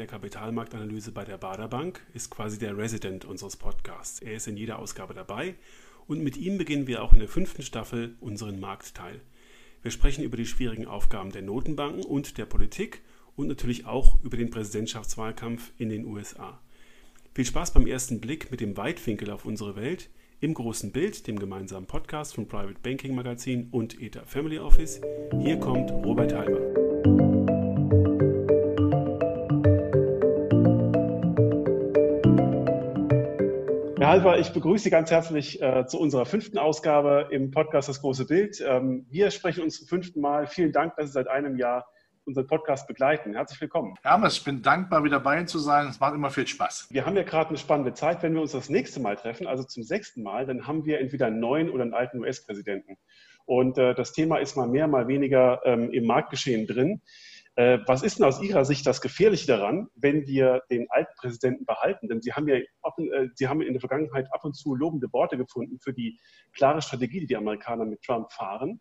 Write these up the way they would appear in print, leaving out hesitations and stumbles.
der Kapitalmarktanalyse bei der Baader Bank, ist quasi der Resident unseres Podcasts. Er ist in jeder Ausgabe dabei und mit ihm beginnen wir auch in der 5. Staffel unseren Marktteil. Wir sprechen über die schwierigen Aufgaben der Notenbanken und der Politik und natürlich auch über den Präsidentschaftswahlkampf in den USA. Viel Spaß beim ersten Blick mit dem Weitwinkel auf unsere Welt im großen Bild, dem gemeinsamen Podcast von Private Banking Magazin und ETA Family Office. Hier kommt Robert Halmer. Herr Halmer, ich begrüße Sie ganz herzlich zu unserer 5. Ausgabe im Podcast Das große Bild. Wir sprechen uns zum 5. Mal. Vielen Dank, dass Sie seit einem Jahr unseren Podcast begleiten. Herzlich willkommen. Herr Hammes, ich bin dankbar, wieder bei Ihnen zu sein. Es macht immer viel Spaß. Wir haben ja gerade eine spannende Zeit. Wenn wir uns das nächste Mal treffen, also zum 6. Mal, dann haben wir entweder einen neuen oder einen alten US-Präsidenten. Und das Thema ist mal mehr, mal weniger im Marktgeschehen drin. Was ist denn aus Ihrer Sicht das Gefährliche daran, wenn wir den alten Präsidenten behalten? Denn Sie haben in der Vergangenheit ab und zu lobende Worte gefunden für die klare Strategie, die die Amerikaner mit Trump fahren.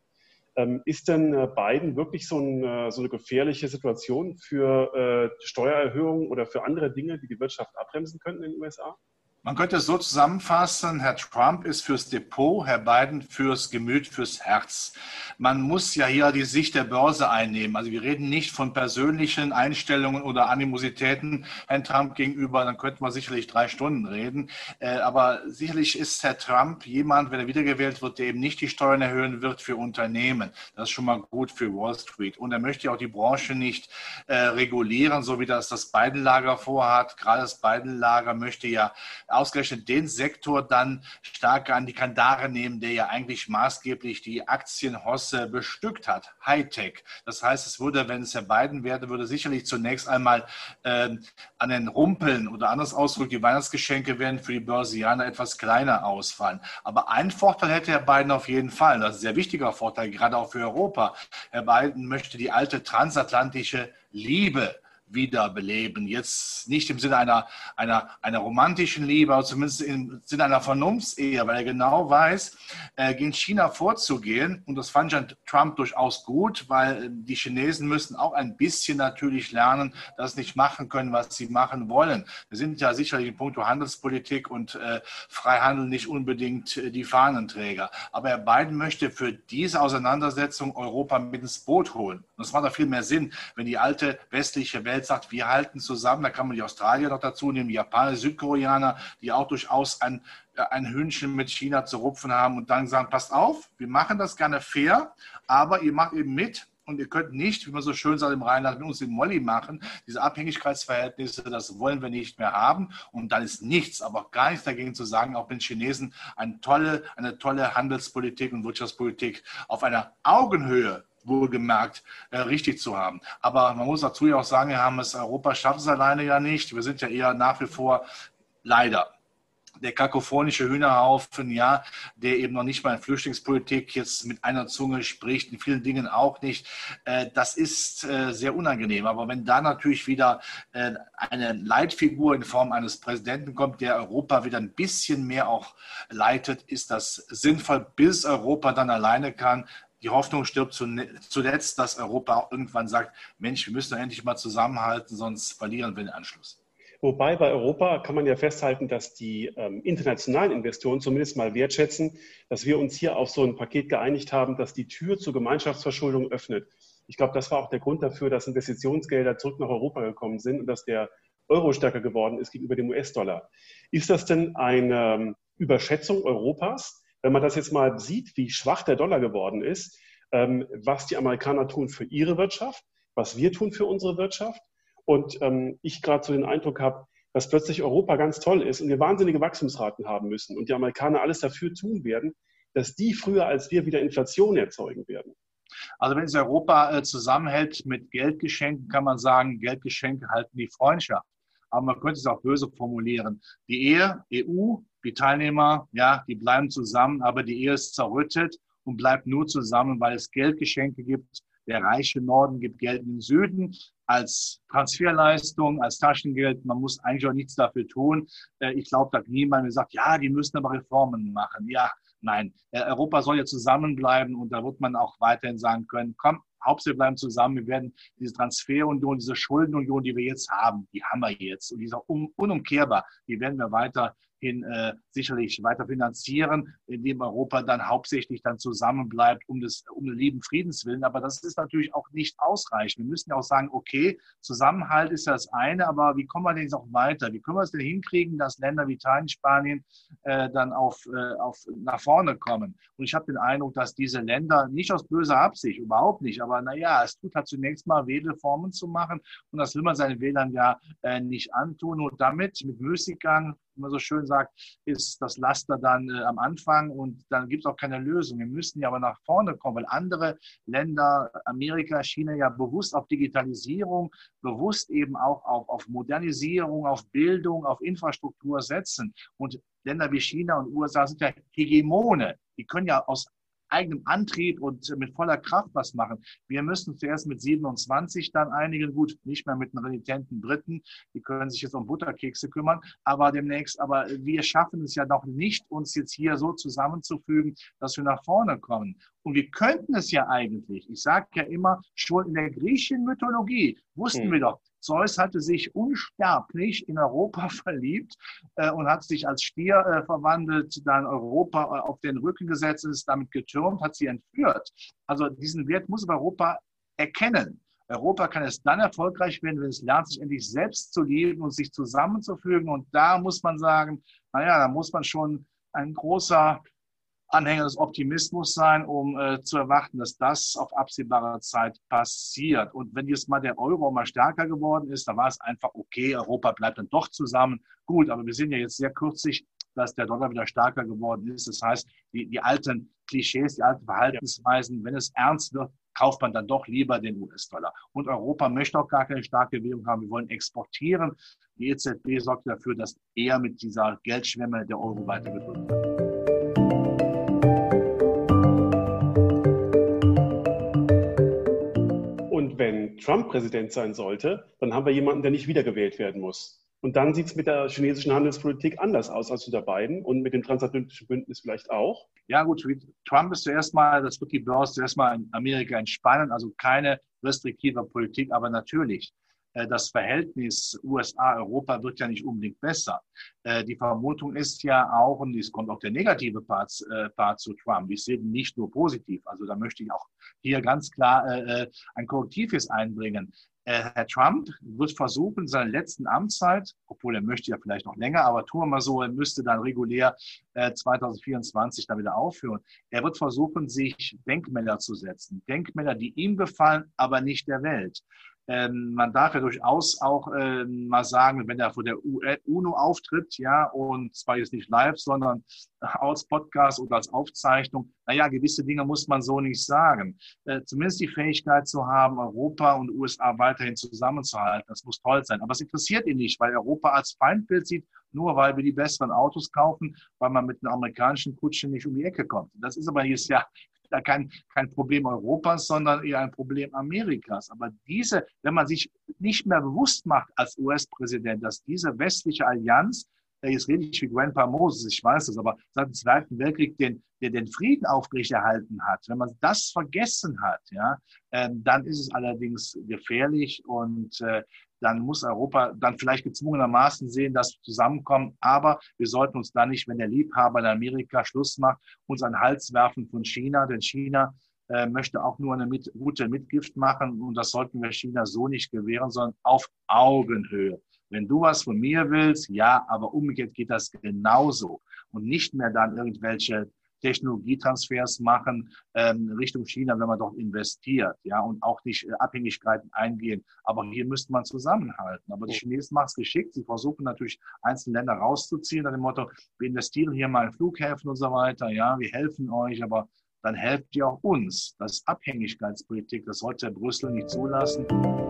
Ist denn Biden wirklich so eine gefährliche Situation für Steuererhöhungen oder für andere Dinge, die die Wirtschaft abbremsen könnten in den USA? Man könnte es so zusammenfassen, Herr Trump ist fürs Depot, Herr Biden fürs Gemüt, fürs Herz. Man muss ja hier die Sicht der Börse einnehmen. Also wir reden nicht von persönlichen Einstellungen oder Animositäten Herrn Trump gegenüber, dann könnten wir sicherlich 3 Stunden reden. Aber sicherlich ist Herr Trump jemand, wenn er wiedergewählt wird, der eben nicht die Steuern erhöhen wird für Unternehmen. Das ist schon mal gut für Wall Street. Und er möchte ja auch die Branche nicht regulieren, so wie das Biden-Lager vorhat. Gerade das Biden-Lager möchte ja ausgerechnet den Sektor dann stark an die Kandare nehmen, der ja eigentlich maßgeblich die Aktienhosse bestückt hat, Hightech. Das heißt, es würde, wenn es Herr Biden wäre, würde sicherlich zunächst einmal an den Rumpeln oder anders ausgedrückt, die Weihnachtsgeschenke werden für die Börsianer etwas kleiner ausfallen. Aber einen Vorteil hätte Herr Biden auf jeden Fall, das ist ein sehr wichtiger Vorteil, gerade auch für Europa. Herr Biden möchte die alte transatlantische Liebe wiederbeleben. Jetzt nicht im Sinne einer romantischen Liebe, aber zumindest im Sinne einer Vernunftsehe, weil er genau weiß, gegen China vorzugehen. Und das fand ich an Trump durchaus gut, weil die Chinesen müssen auch ein bisschen natürlich lernen, dass sie nicht machen können, was sie machen wollen. Wir sind ja sicherlich in puncto Handelspolitik und Freihandel nicht unbedingt die Fahnenträger. Aber Herr Biden möchte für diese Auseinandersetzung Europa mit ins Boot holen. Und das macht auch viel mehr Sinn, wenn die alte westliche Welt sagt, wir halten zusammen, da kann man die Australier noch dazu nehmen, die Japaner, Südkoreaner, die auch durchaus ein Hühnchen mit China zu rupfen haben und dann sagen, passt auf, wir machen das gerne fair, aber ihr macht eben mit und ihr könnt nicht, wie man so schön sagt im Rheinland, mit uns den Molly machen. Diese Abhängigkeitsverhältnisse, das wollen wir nicht mehr haben und dann ist nichts, aber auch gar nichts dagegen zu sagen, auch den Chinesen eine tolle Handelspolitik und Wirtschaftspolitik auf einer Augenhöhe wohlgemerkt richtig zu haben. Aber man muss dazu ja auch sagen, Europa schafft es alleine ja nicht. Wir sind ja eher nach wie vor leider der kakophonische Hühnerhaufen, ja, der eben noch nicht mal in Flüchtlingspolitik jetzt mit einer Zunge spricht, in vielen Dingen auch nicht. Das ist sehr unangenehm. Aber wenn da natürlich wieder eine Leitfigur in Form eines Präsidenten kommt, der Europa wieder ein bisschen mehr auch leitet, ist das sinnvoll, bis Europa dann alleine kann. Die Hoffnung stirbt zuletzt, dass Europa auch irgendwann sagt, Mensch, wir müssen doch endlich mal zusammenhalten, sonst verlieren wir den Anschluss. Wobei bei Europa kann man ja festhalten, dass die internationalen Investoren zumindest mal wertschätzen, dass wir uns hier auf so ein Paket geeinigt haben, das die Tür zur Gemeinschaftsverschuldung öffnet. Ich glaube, das war auch der Grund dafür, dass Investitionsgelder zurück nach Europa gekommen sind und dass der Euro stärker geworden ist gegenüber dem US-Dollar. Ist das denn eine Überschätzung Europas? Wenn man das jetzt mal sieht, wie schwach der Dollar geworden ist, was die Amerikaner tun für ihre Wirtschaft, was wir tun für unsere Wirtschaft und ich gerade so den Eindruck habe, dass plötzlich Europa ganz toll ist und wir wahnsinnige Wachstumsraten haben müssen und die Amerikaner alles dafür tun werden, dass die früher als wir wieder Inflation erzeugen werden. Also wenn es Europa zusammenhält mit Geldgeschenken, kann man sagen, Geldgeschenke halten die Freundschaft. Aber man könnte es auch böse formulieren. Die Ehe, EU, die Teilnehmer, ja, die bleiben zusammen, aber die Ehe ist zerrüttet und bleibt nur zusammen, weil es Geldgeschenke gibt. Der reiche Norden gibt Geld in den Süden als Transferleistung, als Taschengeld. Man muss eigentlich auch nichts dafür tun. Ich glaube, dass niemand sagt, ja, die müssen aber Reformen machen. Ja, Nein, Europa soll ja zusammenbleiben und da wird man auch weiterhin sagen können, komm, Hauptsache wir bleiben zusammen, wir werden diese Transferunion, diese Schuldenunion, die wir jetzt haben, die haben wir jetzt und die ist auch unumkehrbar, die werden wir weiterhin sicherlich weiter finanzieren, indem Europa dann hauptsächlich dann zusammenbleibt um des lieben Friedens willen. Aber das ist natürlich auch nicht ausreichend. Wir müssen ja auch sagen, okay, Zusammenhalt ist das eine, aber wie kommen wir denn jetzt auch weiter? Wie können wir es denn hinkriegen, dass Länder wie Italien, Spanien dann nach vorne kommen? Und ich habe den Eindruck, dass diese Länder nicht aus böser Absicht, überhaupt nicht, aber naja, es tut halt zunächst mal weh, Reformen zu machen und das will man seinen Wählern ja nicht antun. Und damit, mit Müßiggang, wie man so schön sagt, ist das Laster dann am Anfang und dann gibt es auch keine Lösung. Wir müssen ja aber nach vorne kommen, weil andere Länder, Amerika, China ja bewusst auf Digitalisierung, bewusst eben auch auf Modernisierung, auf Bildung, auf Infrastruktur setzen. Und Länder wie China und USA sind ja Hegemone. Die können ja aus eigenem Antrieb und mit voller Kraft was machen. Wir müssen zuerst mit 27 dann einigen, gut, nicht mehr mit den renitenten Briten, die können sich jetzt um Butterkekse kümmern, aber demnächst, aber wir schaffen es ja noch nicht, uns jetzt hier so zusammenzufügen, dass wir nach vorne kommen. Und wir könnten es ja eigentlich, ich sage ja immer, schon in der griechischen Mythologie wussten wir doch, Zeus hatte sich unsterblich in Europa verliebt und hat sich als Stier verwandelt, dann Europa auf den Rücken gesetzt, ist damit getürmt, hat sie entführt. Also diesen Wert muss Europa erkennen. Europa kann es dann erfolgreich werden, wenn es lernt, sich endlich selbst zu lieben und sich zusammenzufügen. Und da muss man sagen, naja, da muss man schon ein großer Anhänger des Optimismus sein, um zu erwarten, dass das auf absehbare Zeit passiert. Und wenn jetzt mal der Euro mal stärker geworden ist, dann war es einfach okay, Europa bleibt dann doch zusammen. Gut, aber wir sehen ja jetzt sehr kürzlich, dass der Dollar wieder stärker geworden ist. Das heißt, die alten Klischees, die alten Verhaltensweisen, wenn es ernst wird, kauft man dann doch lieber den US-Dollar. Und Europa möchte auch gar keine starke Währung haben. Wir wollen exportieren. Die EZB sorgt dafür, dass eher mit dieser Geldschwemme der Euro weitergedrückt wird. Und wenn Trump Präsident sein sollte, dann haben wir jemanden, der nicht wiedergewählt werden muss. Und dann sieht es mit der chinesischen Handelspolitik anders aus als unter Biden und mit dem transatlantischen Bündnis vielleicht auch. Ja gut, Trump ist zuerst mal, das wird die Börse zuerst mal in Amerika entspannen, also keine restriktive Politik, aber natürlich, das Verhältnis USA-Europa wird ja nicht unbedingt besser. Die Vermutung ist ja auch, und es kommt auch der negative Part zu Trump, ich sehe ihn nicht nur positiv, also da möchte ich auch hier ganz klar ein Korrektiv einbringen. Herr Trump wird versuchen, seine letzten Amtszeit, obwohl er möchte ja vielleicht noch länger, aber tun wir mal so, er müsste dann regulär 2024 dann wieder aufhören. Er wird versuchen, sich Denkmäler zu setzen. Denkmäler, die ihm gefallen, aber nicht der Welt. Man darf ja durchaus auch mal sagen, wenn er vor der UNO auftritt, ja, und zwar jetzt nicht live, sondern als Podcast oder als Aufzeichnung, naja, gewisse Dinge muss man so nicht sagen. Zumindest die Fähigkeit zu haben, Europa und USA weiterhin zusammenzuhalten, das muss toll sein. Aber es interessiert ihn nicht, weil Europa als Feindbild sieht, nur weil wir die besseren Autos kaufen, weil man mit einer amerikanischen Kutsche nicht um die Ecke kommt. Das ist aber jetzt ja kein Problem Europas, sondern eher ein Problem Amerikas. Aber wenn man sich nicht mehr bewusst macht als US-Präsident, dass diese westliche Allianz, jetzt rede ich wie Grandpa Moses, ich weiß das, aber seit dem Zweiten Weltkrieg den Frieden aufrechterhalten hat, wenn man das vergessen hat, ja, dann ist es allerdings gefährlich und dann muss Europa dann vielleicht gezwungenermaßen sehen, dass wir zusammenkommen. Aber wir sollten uns dann nicht, wenn der Liebhaber in Amerika Schluss macht, uns an den Hals werfen von China. Denn China möchte auch nur eine gute Mitgift machen. Und das sollten wir China so nicht gewähren, sondern auf Augenhöhe. Wenn du was von mir willst, ja, aber umgekehrt geht das genauso. Und nicht mehr dann irgendwelche Technologietransfers machen Richtung China, wenn man dort investiert, ja, und auch nicht Abhängigkeiten eingehen. Aber hier müsste man zusammenhalten. Aber die Chinesen machen es geschickt. Sie versuchen natürlich, einzelne Länder rauszuziehen, nach dem Motto, wir investieren hier mal in Flughäfen und so weiter, ja, wir helfen euch, aber dann helft ihr auch uns. Das ist Abhängigkeitspolitik, das sollte Brüssel nicht zulassen.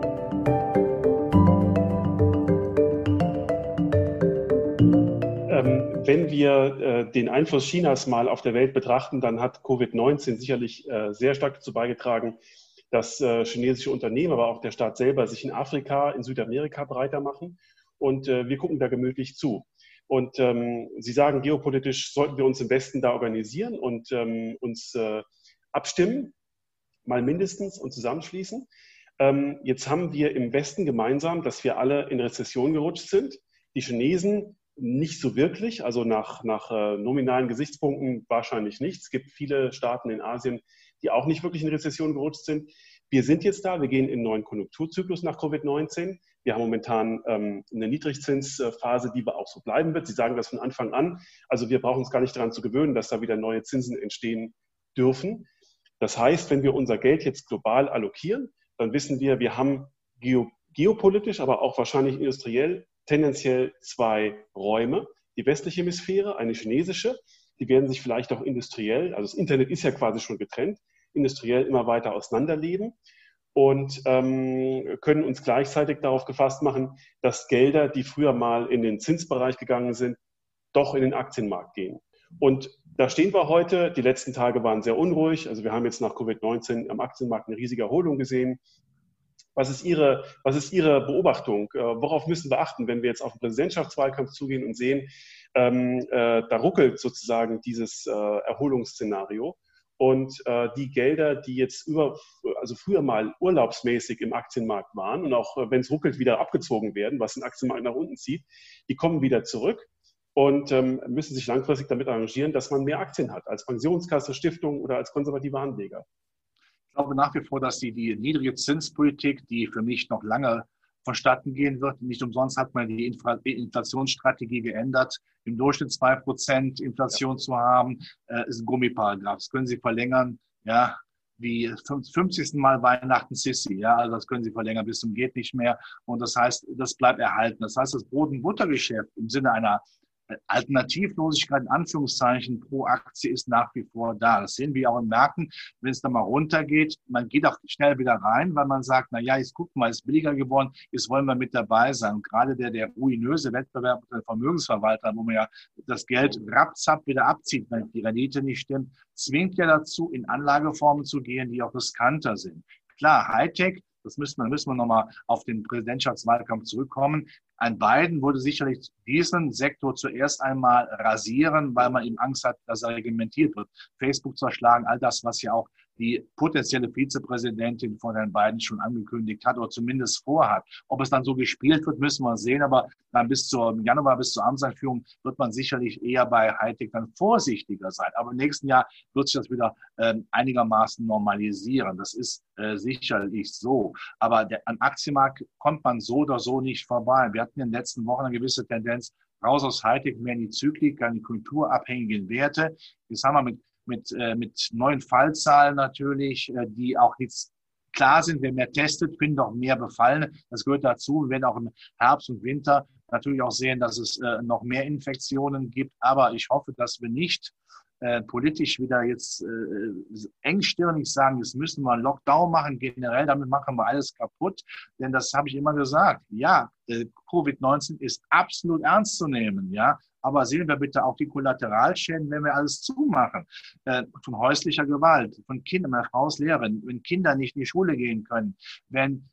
Wenn wir den Einfluss Chinas mal auf der Welt betrachten, dann hat Covid-19 sicherlich sehr stark dazu beigetragen, dass chinesische Unternehmen, aber auch der Staat selber sich in Afrika, in Südamerika breiter machen. Und wir gucken da gemütlich zu. Und Sie sagen, geopolitisch sollten wir uns im Westen da organisieren und uns abstimmen, mal mindestens, und zusammenschließen. Jetzt haben wir im Westen gemeinsam, dass wir alle in Rezession gerutscht sind. Die Chinesen nicht so wirklich, also nach nominalen Gesichtspunkten wahrscheinlich nicht. Es gibt viele Staaten in Asien, die auch nicht wirklich in Rezession gerutscht sind. Wir sind jetzt da, wir gehen in einen neuen Konjunkturzyklus nach Covid-19. Wir haben momentan eine Niedrigzinsphase, die auch so bleiben wird. Sie sagen das von Anfang an. Also wir brauchen uns gar nicht daran zu gewöhnen, dass da wieder neue Zinsen entstehen dürfen. Das heißt, wenn wir unser Geld jetzt global allokieren, dann wissen wir, wir haben geopolitisch, aber auch wahrscheinlich industriell tendenziell zwei Räume. Die westliche Hemisphäre, eine chinesische, die werden sich vielleicht auch industriell, also das Internet ist ja quasi schon getrennt, industriell immer weiter auseinanderleben und können uns gleichzeitig darauf gefasst machen, dass Gelder, die früher mal in den Zinsbereich gegangen sind, doch in den Aktienmarkt gehen. Und da stehen wir heute. Die letzten Tage waren sehr unruhig. Also wir haben jetzt nach Covid-19 am Aktienmarkt eine riesige Erholung gesehen. Was ist Ihre Beobachtung? Worauf müssen wir achten, wenn wir jetzt auf den Präsidentschaftswahlkampf zugehen und sehen, da ruckelt sozusagen dieses Erholungsszenario und die Gelder, die jetzt also früher mal urlaubsmäßig im Aktienmarkt waren und auch wenn es ruckelt, wieder abgezogen werden, was den Aktienmarkt nach unten zieht, die kommen wieder zurück und müssen sich langfristig damit arrangieren, dass man mehr Aktien hat, als Pensionskasse, Stiftung oder als konservativer Anleger. Ich glaube nach wie vor, dass die niedrige Zinspolitik, die für mich noch lange vonstatten gehen wird, nicht umsonst hat man die Inflationsstrategie geändert, im Durchschnitt 2% Inflation zu haben, ist ein Gummiparagraph. Das können Sie verlängern, ja, wie 50. Mal Weihnachten Sissi, ja, also das können Sie verlängern bis zum geht nicht mehr. Und das heißt, das bleibt erhalten. Das heißt, das Brot- und Buttergeschäft im Sinne einer Alternativlosigkeit in Anführungszeichen pro Aktie ist nach wie vor da. Das sehen wir auch in Märkten, wenn es dann mal runtergeht. Man geht auch schnell wieder rein, weil man sagt, na ja, jetzt gucken wir, es ist billiger geworden, jetzt wollen wir mit dabei sein. Und gerade der ruinöse Wettbewerb mit den Vermögensverwaltern, wo man ja das Geld rapzapp wieder abzieht, wenn die Rendite nicht stimmt, zwingt ja dazu, in Anlageformen zu gehen, die auch riskanter sind. Klar, Hightech, das müssen wir nochmal auf den Präsidentschaftswahlkampf zurückkommen. Ein Biden würde sicherlich diesen Sektor zuerst einmal rasieren, weil man eben Angst hat, dass er reglementiert wird. Facebook zerschlagen, all das, was ja auch die potenzielle Vizepräsidentin von Herrn Biden schon angekündigt hat oder zumindest vorhat. Ob es dann so gespielt wird, müssen wir sehen. Aber dann bis zur Januar, bis zur Amtseinführung wird man sicherlich eher bei Hightech dann vorsichtiger sein. Aber im nächsten Jahr wird sich das wieder einigermaßen normalisieren. Das ist sicherlich so. Aber am Aktienmarkt kommt man so oder so nicht vorbei. Wir hatten in den letzten Wochen eine gewisse Tendenz raus aus Hightech, mehr in die Zyklik, an die konjunkturabhängigen Werte. Jetzt haben wir mit neuen Fallzahlen natürlich, die auch jetzt klar sind. Wer mehr testet, findet auch mehr Befallene. Das gehört dazu. Wir werden auch im Herbst und Winter natürlich auch sehen, dass es noch mehr Infektionen gibt. Aber ich hoffe, dass wir nicht politisch wieder jetzt engstirnig sagen, jetzt müssen wir einen Lockdown machen, generell, damit machen wir alles kaputt. Denn das habe ich immer gesagt. Ja, Covid-19 ist absolut ernst zu nehmen, ja. Aber sehen wir bitte auch die Kollateralschäden, wenn wir alles zumachen. Von häuslicher Gewalt, von Kindern, meine Frau ist Lehrerin, wenn Kinder nicht in die Schule gehen können, wenn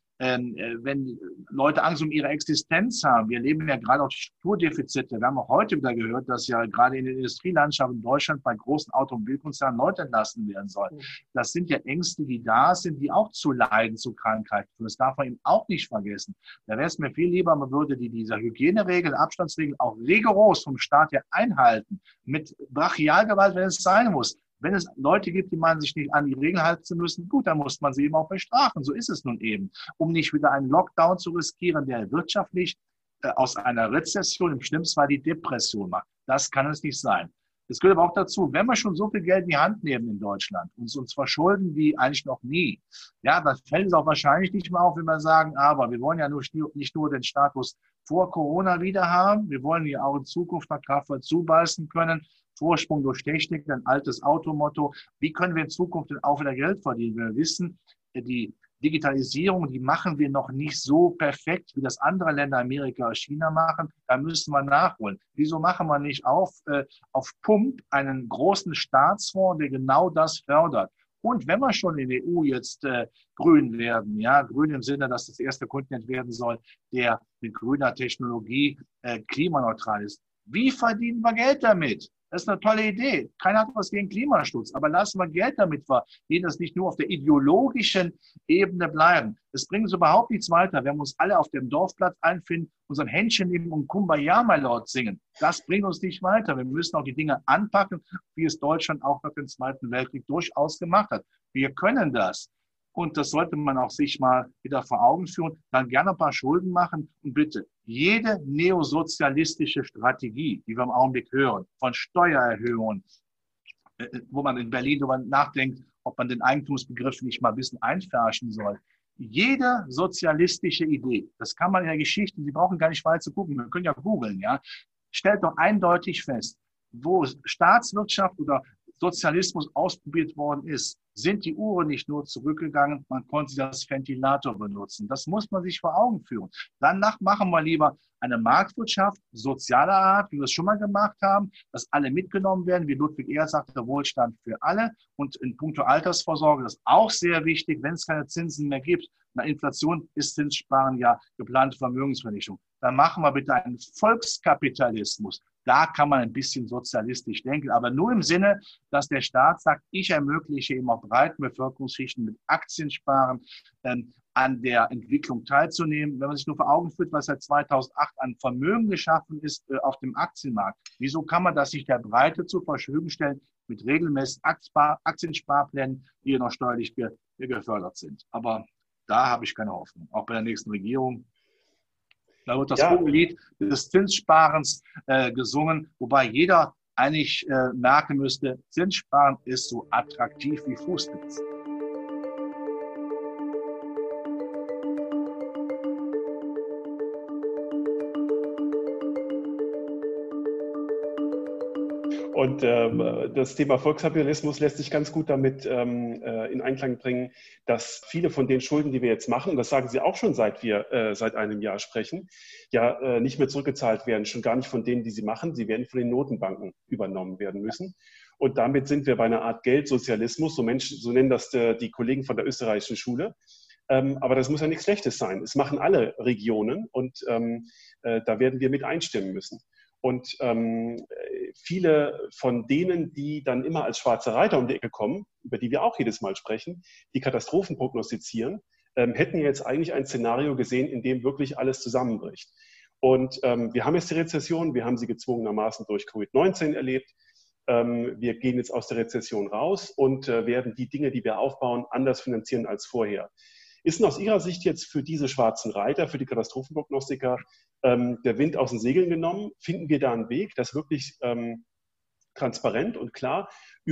Leute Angst um ihre Existenz haben. Wir erleben ja gerade auch die Strukturdefizite. Wir haben auch heute wieder gehört, dass ja gerade in der Industrielandschaft in Deutschland bei großen Automobilkonzernen Leute entlassen werden sollen. Das sind ja Ängste, die da sind, die auch zu Leiden, zu Krankheiten führen. Das darf man eben auch nicht vergessen. Da wäre es mir viel lieber, man würde diese Hygieneregeln, Abstandsregeln auch rigoros vom Staat her einhalten. Mit Brachialgewalt, wenn es sein muss. Wenn es Leute gibt, die meinen, sich nicht an die Regeln halten zu müssen, gut, dann muss man sie eben auch bestrafen. So ist es nun eben. Um nicht wieder einen Lockdown zu riskieren, der wirtschaftlich aus einer Rezession im schlimmsten Fall die Depression macht. Das kann es nicht sein. Es gehört aber auch dazu, wenn wir schon so viel Geld in die Hand nehmen in Deutschland und uns verschulden wie eigentlich noch nie, ja, dann fällt es auch wahrscheinlich nicht mehr auf, wenn wir sagen, aber wir wollen ja nicht nur den Status vor Corona wieder haben, wir wollen ja auch in Zukunft nach Kraftwerk zubeißen können. Vorsprung durch Technik, ein altes Automotto. Wie können wir in Zukunft denn auch wieder Geld verdienen? Wir wissen, die Digitalisierung, die machen wir noch nicht so perfekt, wie das andere Länder, Amerika oder China machen. Da müssen wir nachholen. Wieso machen wir nicht auf Pump einen großen Staatsfonds, der genau das fördert? Und wenn wir schon in der EU jetzt grün werden, ja, grün im Sinne, dass das erste Kontinent werden soll, der mit grüner Technologie klimaneutral ist, Wie verdienen wir Geld damit? Das ist eine tolle Idee. Keiner hat was gegen Klimaschutz, aber lassen wir Geld damit verdienen, das nicht nur auf der ideologischen Ebene bleiben. Das bringt uns überhaupt nichts weiter. Wenn wir uns alle auf dem Dorfplatz einfinden, unseren Händchen nehmen und Kumbaya mal laut singen, das bringt uns nicht weiter. Wir müssen auch die Dinge anpacken, wie es Deutschland auch nach dem Zweiten Weltkrieg durchaus gemacht hat. Wir können das. Und das sollte man auch sich mal wieder vor Augen führen. Dann gerne ein paar Schulden machen. Und bitte, jede neosozialistische Strategie, die wir im Augenblick hören, von Steuererhöhungen, wo man in Berlin darüber nachdenkt, ob man den Eigentumsbegriff nicht mal ein bisschen einfärschen soll. Jede sozialistische Idee, das kann man in der Geschichte, Sie brauchen gar nicht weit zu gucken, wir können ja googeln, ja, stellt doch eindeutig fest, wo Staatswirtschaft oder Sozialismus ausprobiert worden ist, sind die Uhren nicht nur zurückgegangen, man konnte das Ventilator benutzen. Das muss man sich vor Augen führen. Danach machen wir lieber eine Marktwirtschaft sozialer Art, wie wir es schon mal gemacht haben, dass alle mitgenommen werden, wie Ludwig Erhard sagte, Wohlstand für alle. Und in puncto Altersvorsorge, das ist auch sehr wichtig, wenn es keine Zinsen mehr gibt. Na, Inflation ist Zinssparen ja geplante Vermögensvernichtung. Dann machen wir bitte einen Volkskapitalismus. Da kann man ein bisschen sozialistisch denken, aber nur im Sinne, dass der Staat sagt, ich ermögliche eben auch breiten Bevölkerungsschichten mit Aktiensparen an der Entwicklung teilzunehmen. Wenn man sich nur vor Augen führt, was seit 2008 an Vermögen geschaffen ist auf dem Aktienmarkt, wieso kann man das nicht der Breite zur Verfügung stellen mit regelmäßigen Aktiensparplänen, die noch steuerlich gefördert sind? Aber da habe ich keine Hoffnung, auch bei der nächsten Regierung. Da wird das Hohelied des Zinssparens gesungen, wobei jeder eigentlich merken müsste, Zinssparen ist so attraktiv wie Fußpilz. Und das Thema Volkskapitalismus lässt sich ganz gut damit in Einklang bringen, dass viele von den Schulden, die wir jetzt machen, und das sagen Sie auch schon, seit wir seit einem Jahr sprechen, ja nicht mehr zurückgezahlt werden, schon gar nicht von denen, die sie machen. Sie werden von den Notenbanken übernommen werden müssen. Und damit sind wir bei einer Art Geldsozialismus, so nennen das die Kollegen von der österreichischen Schule. Aber das muss ja nichts Schlechtes sein. Es machen alle Regionen und da werden wir mit einstimmen müssen. Und viele von denen, die dann immer als schwarze Reiter um die Ecke kommen, über die wir auch jedes Mal sprechen, die Katastrophen prognostizieren, hätten jetzt eigentlich ein Szenario gesehen, in dem wirklich alles zusammenbricht. Und wir haben jetzt die Rezession, wir haben sie gezwungenermaßen durch Covid-19 erlebt. Wir gehen jetzt aus der Rezession raus und werden die Dinge, die wir aufbauen, anders finanzieren als vorher. Ist denn aus Ihrer Sicht jetzt für diese schwarzen Reiter, für die Katastrophenprognostiker, der Wind aus den Segeln genommen? Finden wir da einen Weg, das wirklich transparent und klar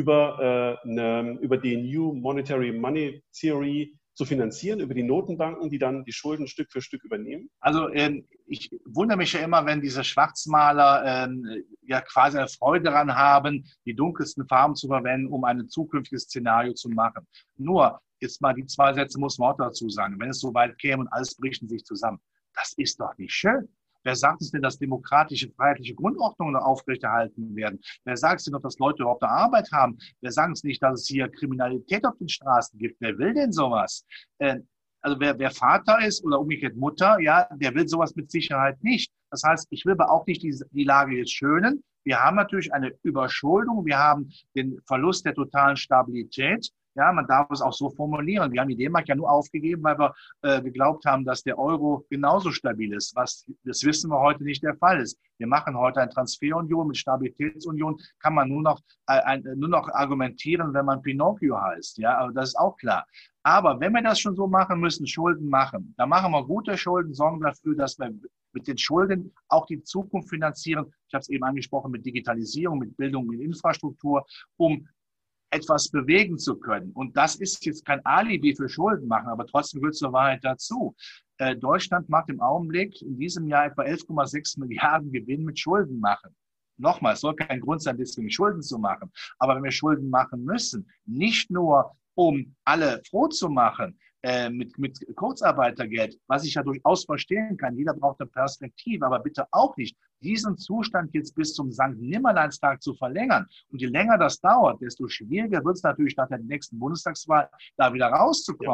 über die New Monetary Money Theory zu finanzieren, über die Notenbanken, die dann die Schulden Stück für Stück übernehmen? Also ich wundere mich ja immer, wenn diese Schwarzmaler ja quasi eine Freude daran haben, die dunkelsten Farben zu verwenden, um ein zukünftiges Szenario zu machen. Nur, jetzt mal die zwei Sätze muss man auch dazu sagen, wenn es so weit käme und alles bricht in sich zusammen, das ist doch nicht schön. Wer sagt es denn, dass demokratische, freiheitliche Grundordnungen aufrechterhalten werden? Wer sagt es denn noch, dass Leute überhaupt eine Arbeit haben? Wer sagt es nicht, dass es hier Kriminalität auf den Straßen gibt? Wer will denn sowas? Also wer Vater ist oder umgekehrt Mutter, ja, der will sowas mit Sicherheit nicht. Das heißt, ich will aber auch nicht die Lage jetzt schönen. Wir haben natürlich eine Überschuldung. Wir haben den Verlust der totalen Stabilität. Ja, man darf es auch so formulieren. Wir haben die D-Mark ja nur aufgegeben, weil wir geglaubt haben, dass der Euro genauso stabil ist. Das wissen wir heute nicht der Fall ist. Wir machen heute eine Transferunion mit Stabilitätsunion. Kann man nur noch argumentieren, wenn man Pinocchio heißt. Ja, aber das ist auch klar. Aber wenn wir das schon so machen müssen, Schulden machen, dann machen wir gute Schulden, sorgen dafür, dass wir mit den Schulden auch die Zukunft finanzieren. Ich habe es eben angesprochen mit Digitalisierung, mit Bildung, mit Infrastruktur, um etwas bewegen zu können. Und das ist jetzt kein Alibi für Schulden machen, aber trotzdem gehört zur Wahrheit dazu. Deutschland macht im Augenblick in diesem Jahr etwa 11,6 Milliarden Gewinn mit Schulden machen. Nochmal, es soll kein Grund sein, deswegen Schulden zu machen. Aber wenn wir Schulden machen müssen, nicht nur um alle froh zu machen, mit Kurzarbeitergeld, was ich ja durchaus verstehen kann. Jeder braucht eine Perspektive, aber bitte auch nicht, diesen Zustand jetzt bis zum Sankt-Nimmerleins-Tag zu verlängern. Und je länger das dauert, desto schwieriger wird es natürlich nach der nächsten Bundestagswahl, da wieder rauszukommen. Ja.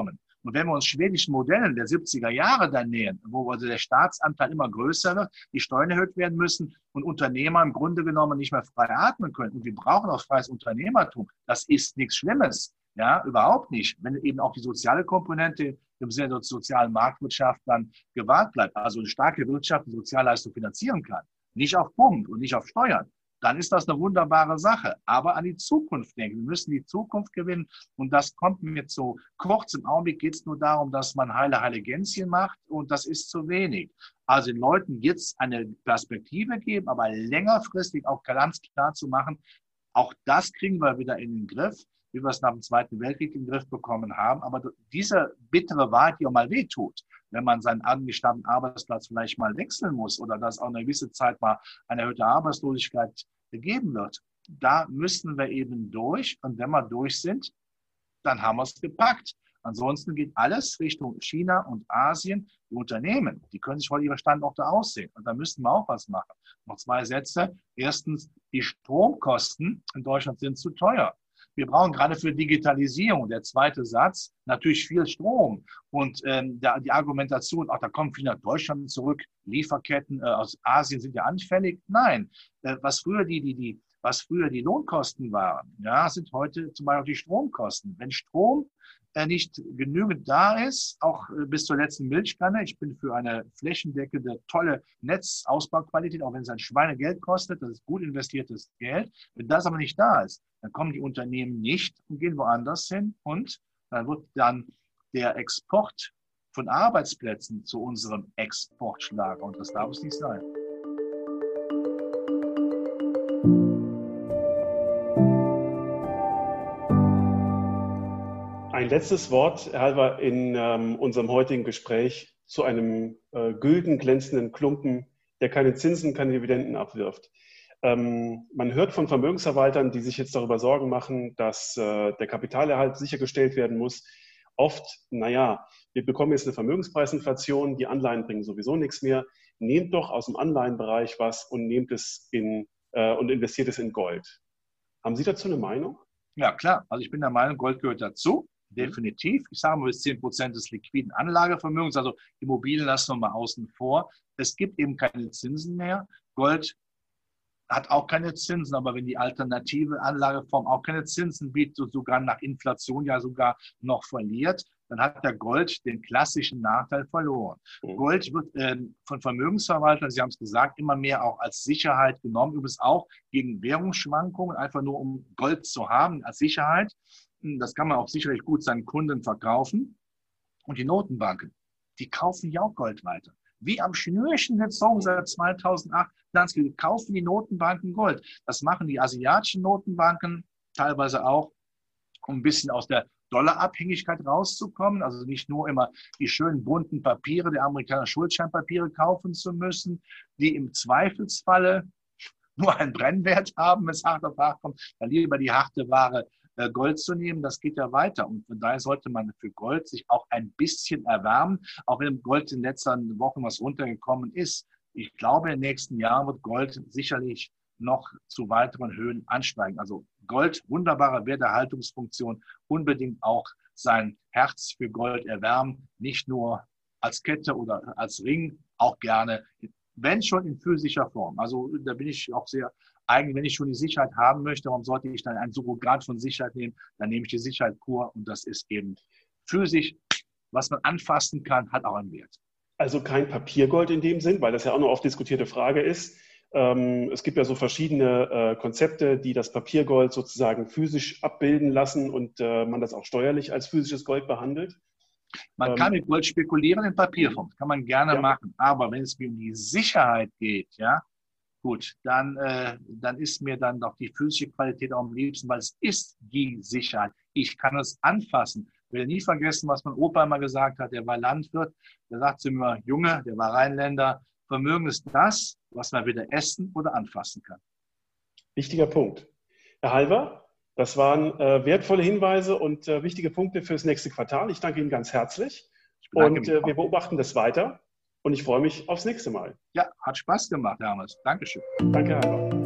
Und wenn wir uns schwedischen Modellen der 70er Jahre dann nähern, wo also der Staatsanteil immer größer wird, die Steuern erhöht werden müssen und Unternehmer im Grunde genommen nicht mehr frei atmen können. Und wir brauchen auch freies Unternehmertum. Das ist nichts Schlimmes. Ja, überhaupt nicht. Wenn eben auch die soziale Komponente im Sinne der sozialen Marktwirtschaft dann gewahrt bleibt, also eine starke Wirtschaft die Sozialleistung finanzieren kann, nicht auf Pump und nicht auf Steuern, dann ist das eine wunderbare Sache. Aber an die Zukunft denken. Wir müssen die Zukunft gewinnen. Und das kommt mir zu kurz. Im Augenblick geht es nur darum, dass man heile Gänschen macht. Und das ist zu wenig. Also den Leuten jetzt eine Perspektive geben, aber längerfristig auch ganz klar zu machen, auch das kriegen wir wieder in den Griff, wie wir es nach dem Zweiten Weltkrieg in den Griff bekommen haben. Aber diese bittere Wahrheit, die auch mal wehtut, wenn man seinen angestammten Arbeitsplatz vielleicht mal wechseln muss oder dass auch eine gewisse Zeit mal eine erhöhte Arbeitslosigkeit gegeben wird, da müssen wir eben durch. Und wenn wir durch sind, dann haben wir es gepackt. Ansonsten geht alles Richtung China und Asien. Die Unternehmen, die können sich heute ihre Standorte aussehen. Und da müssen wir auch was machen. Noch 2 Sätze. Erstens, die Stromkosten in Deutschland sind zu teuer. Wir brauchen gerade für Digitalisierung, der zweite Satz, natürlich viel Strom. Und die Argumentation, ach, da kommen viele nach Deutschland zurück, Lieferketten aus Asien sind ja anfällig. Nein, was früher die Lohnkosten waren, ja, sind heute zum Beispiel die Stromkosten. Wenn Strom nicht genügend da ist, auch bis zur letzten Milchkanne. Ich bin für eine flächendeckende, tolle Netzausbauqualität, auch wenn es ein Schweinegeld kostet, das ist gut investiertes Geld. Wenn das aber nicht da ist, dann kommen die Unternehmen nicht und gehen woanders hin und dann wird dann der Export von Arbeitsplätzen zu unserem Exportschlager und das darf es nicht sein. Ein letztes Wort, Herr Halver, in unserem heutigen Gespräch zu einem gülden glänzenden Klumpen, der keine Zinsen, keine Dividenden abwirft. Man hört von Vermögensverwaltern, die sich jetzt darüber Sorgen machen, dass der Kapitalerhalt sichergestellt werden muss. Oft, wir bekommen jetzt eine Vermögenspreisinflation, die Anleihen bringen sowieso nichts mehr. Nehmt doch aus dem Anleihenbereich was und nehmt es und investiert es in Gold. Haben Sie dazu eine Meinung? Ja, klar. Also ich bin der Meinung, Gold gehört dazu. Definitiv. Ich sage mal bis 10% des liquiden Anlagevermögens, also Immobilien lassen wir mal außen vor. Es gibt eben keine Zinsen mehr. Gold hat auch keine Zinsen, aber wenn die alternative Anlageform auch keine Zinsen bietet und sogar nach Inflation ja sogar noch verliert, dann hat der Gold den klassischen Nachteil verloren. Gold wird von Vermögensverwaltern, Sie haben es gesagt, immer mehr auch als Sicherheit genommen, übrigens auch gegen Währungsschwankungen, einfach nur um Gold zu haben als Sicherheit. Das kann man auch sicherlich gut seinen Kunden verkaufen. Und die Notenbanken, die kaufen ja auch Gold weiter. Wie am Schnürchen gezogen seit 2008, kaufen die Notenbanken Gold. Das machen die asiatischen Notenbanken teilweise auch, um ein bisschen aus der Dollarabhängigkeit rauszukommen. Also nicht nur immer die schönen bunten Papiere der amerikanischen Schuldscheinpapiere kaufen zu müssen, die im Zweifelsfalle nur einen Brennwert haben, wenn es hart auf hart kommt, dann lieber die harte Ware Gold zu nehmen, das geht ja weiter. Und von daher sollte man für Gold sich auch ein bisschen erwärmen, auch wenn Gold in den letzten Wochen was runtergekommen ist. Ich glaube, in den nächsten Jahren wird Gold sicherlich noch zu weiteren Höhen ansteigen. Also Gold, wunderbare Werterhaltungsfunktion, unbedingt auch sein Herz für Gold erwärmen, nicht nur als Kette oder als Ring, auch gerne, wenn schon in physischer Form. Also da bin ich auch sehr eigen, wenn ich schon die Sicherheit haben möchte, warum sollte ich dann ein Surrogat von Sicherheit nehmen? Dann nehme ich die Sicherheit pur und das ist eben physisch, was man anfassen kann, hat auch einen Wert. Also kein Papiergold in dem Sinn, weil das ja auch eine oft diskutierte Frage ist. Es gibt ja so verschiedene Konzepte, die das Papiergold sozusagen physisch abbilden lassen und man das auch steuerlich als physisches Gold behandelt. Man kann mit Gold spekulieren in Papierform, das kann man gerne machen. Aber wenn es mir um die Sicherheit geht, ja, gut, dann ist mir dann doch die physische Qualität auch am liebsten, weil es ist die Sicherheit. Ich kann es anfassen. Ich werde nie vergessen, was mein Opa immer gesagt hat. Der war Landwirt. Der sagt zu mir, Junge, der war Rheinländer, Vermögen ist das, was man wieder essen oder anfassen kann. Wichtiger Punkt. Herr Halver, das waren wertvolle Hinweise und wichtige Punkte für das nächste Quartal. Ich danke Ihnen ganz herzlich. Und wir beobachten das weiter. Und ich freue mich aufs nächste Mal. Ja, hat Spaß gemacht, Hermes. Dankeschön. Danke, Herr Halver.